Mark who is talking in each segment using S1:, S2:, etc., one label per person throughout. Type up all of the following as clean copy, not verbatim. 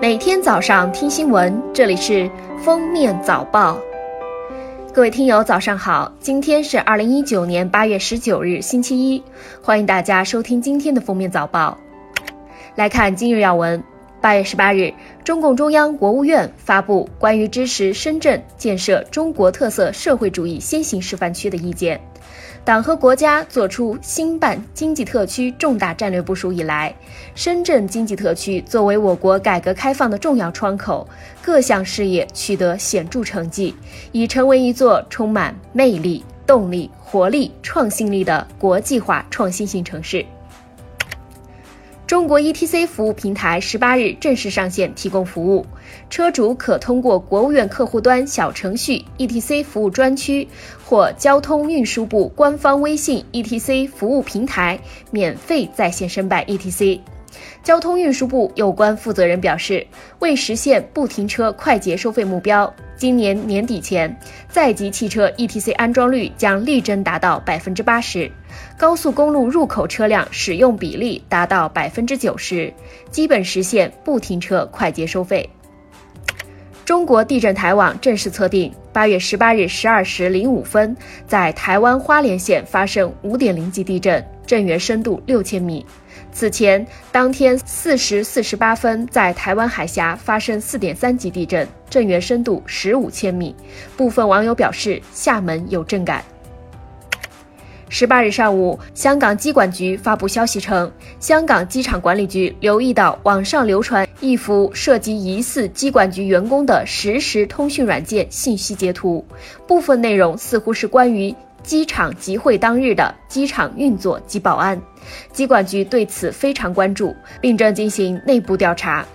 S1: 每天早上听新闻，这里是封面早报。各位听友早上好，今天是2019年8月19日星期一，欢迎大家收听今天的封面早报。来看今日要闻。8月18日，中共中央、国务院发布关于支持深圳建设中国特色社会主义先行示范区的意见。党和国家作出兴办经济特区重大战略部署以来，深圳经济特区作为我国改革开放的重要窗口，各项事业取得显著成绩，已成为一座充满魅力、动力、活力、创新力的国际化创新型城市。中国 ETC 服务平台18日正式上线提供服务，车主可通过国务院客户端小程序 ETC 服务专区或交通运输部官方微信 ETC 服务平台免费在线申办 ETC。交通运输部有关负责人表示，为实现不停车快捷收费目标，今年年底前，在籍汽车 ETC 安装率将力争达到80%，高速公路入口车辆使用比例达到90%，基本实现不停车快捷收费。中国地震台网正式测定，8月18日12时05分，在台湾花莲县发生5.0级地震，震源深度6000米。此前，当天4时48分，在台湾海峡发生4.3级地震，震源深度15千米。部分网友表示，厦门有震感。18日上午，香港机管局发布消息称，香港机场管理局留意到网上流传一幅涉及疑似机管局员工的实时通讯软件信息截图，部分内容似乎是关于机场集会当日的机场运作及保安。机管局对此非常关注，并正进行内部调查。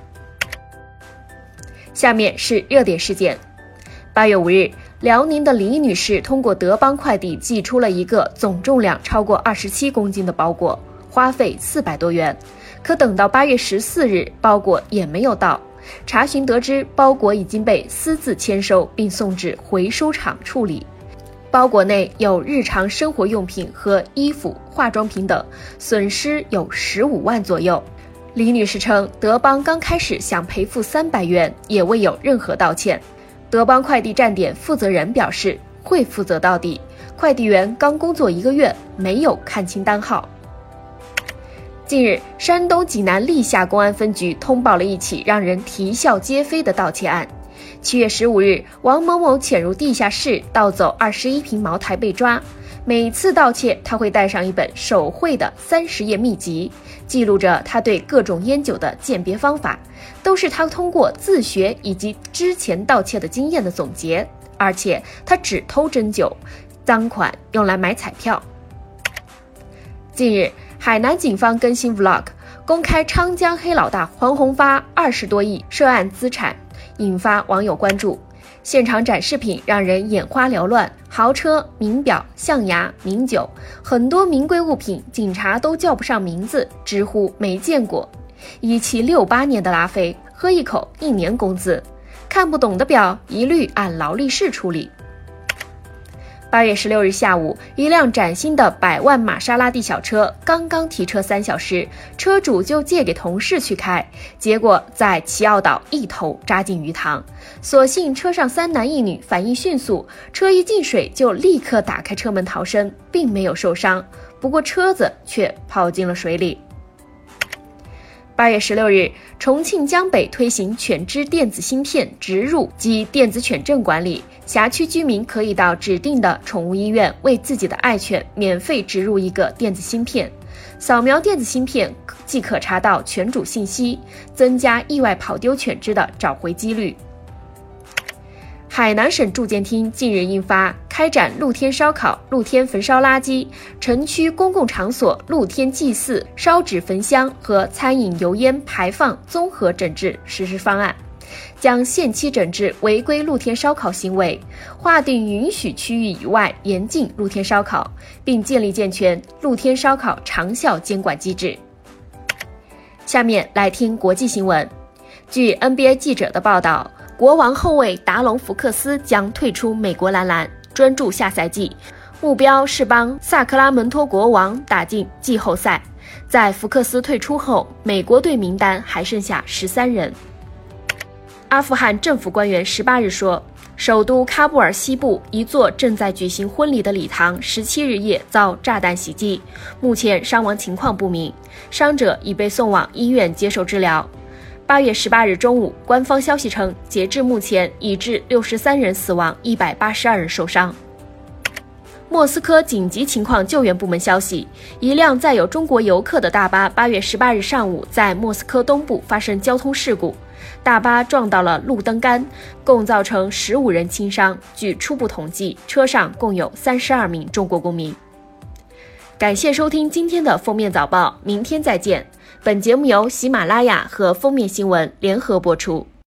S1: 下面是热点事件。8月5日，辽宁的李女士通过德邦快递寄出了一个总重量超过27公斤的包裹，花费400多元。可等到8月14日，包裹也没有到。查询得知，包裹已经被私自签收并送至回收厂处理。包裹内有日常生活用品和衣服、化妆品等，损失有15万左右。李女士称，德邦刚开始想赔付300元，也未有任何道歉。德邦快递站点负责人表示会负责到底，快递员刚工作1个月，没有看清单号。近日，山东济南历下公安分局通报了一起让人啼笑皆非的盗窃案。7月15日，王某某潜入地下室盗走21瓶茅台被抓。每次盗窃，他会带上一本手绘的30页秘籍，记录着他对各种烟酒的鉴别方法，都是他通过自学以及之前盗窃的经验的总结。而且他只偷真酒，赃款用来买彩票。近日，海南警方更新 Vlog， 公开昌江黑老大黄宏发20多亿涉案资产，引发网友关注。现场展示品让人眼花缭乱，豪车、名表、象牙、名酒，很多名贵物品警察都叫不上名字，直呼没见过。1768年的拉菲，喝一口1年工资。看不懂的表一律按劳力士处理。8月16日下午，一辆崭新的100万玛莎拉蒂小车刚刚提车3小时，车主就借给同事去开，结果在齐奥岛一头扎进鱼塘。所幸车上3男1女反应迅速，车一进水就立刻打开车门逃生，并没有受伤，不过车子却泡进了水里。8月16日，重庆江北推行犬只电子芯片植入及电子犬证管理，辖区居民可以到指定的宠物医院为自己的爱犬免费植入一个电子芯片。扫描电子芯片即可查到犬主信息，增加意外跑丢犬只的找回几率。海南省住建厅近日印发开展露天烧烤、露天焚烧垃圾、城区公共场所露天祭祀、烧纸焚香和餐饮油烟排放综合整治实施方案，将限期整治违规露天烧烤行为，划定允许区域以外严禁露天烧烤，并建立健全露天烧烤长效监管机制。下面来听国际新闻。据 NBA 记者的报道，国王后卫达隆·福克斯将退出美国男篮，专注下赛季，目标是帮萨克拉门托国王打进季后赛。在福克斯退出后，美国队名单还剩下13人。 阿富汗政府官员18日说，首都喀布尔西部一座正在举行婚礼的礼堂17日夜遭炸弹袭击，目前伤亡情况不明，伤者已被送往医院接受治疗。8月18日中午，官方消息称，截至目前已致63人死亡，182人受伤。莫斯科紧急情况救援部门消息，一辆载有中国游客的大巴8月18日上午在莫斯科东部发生交通事故，大巴撞到了路灯杆，共造成15人轻伤。据初步统计，车上共有32名中国公民。感谢收听今天的封面早报，明天再见。本节目由喜马拉雅和封面新闻联合播出。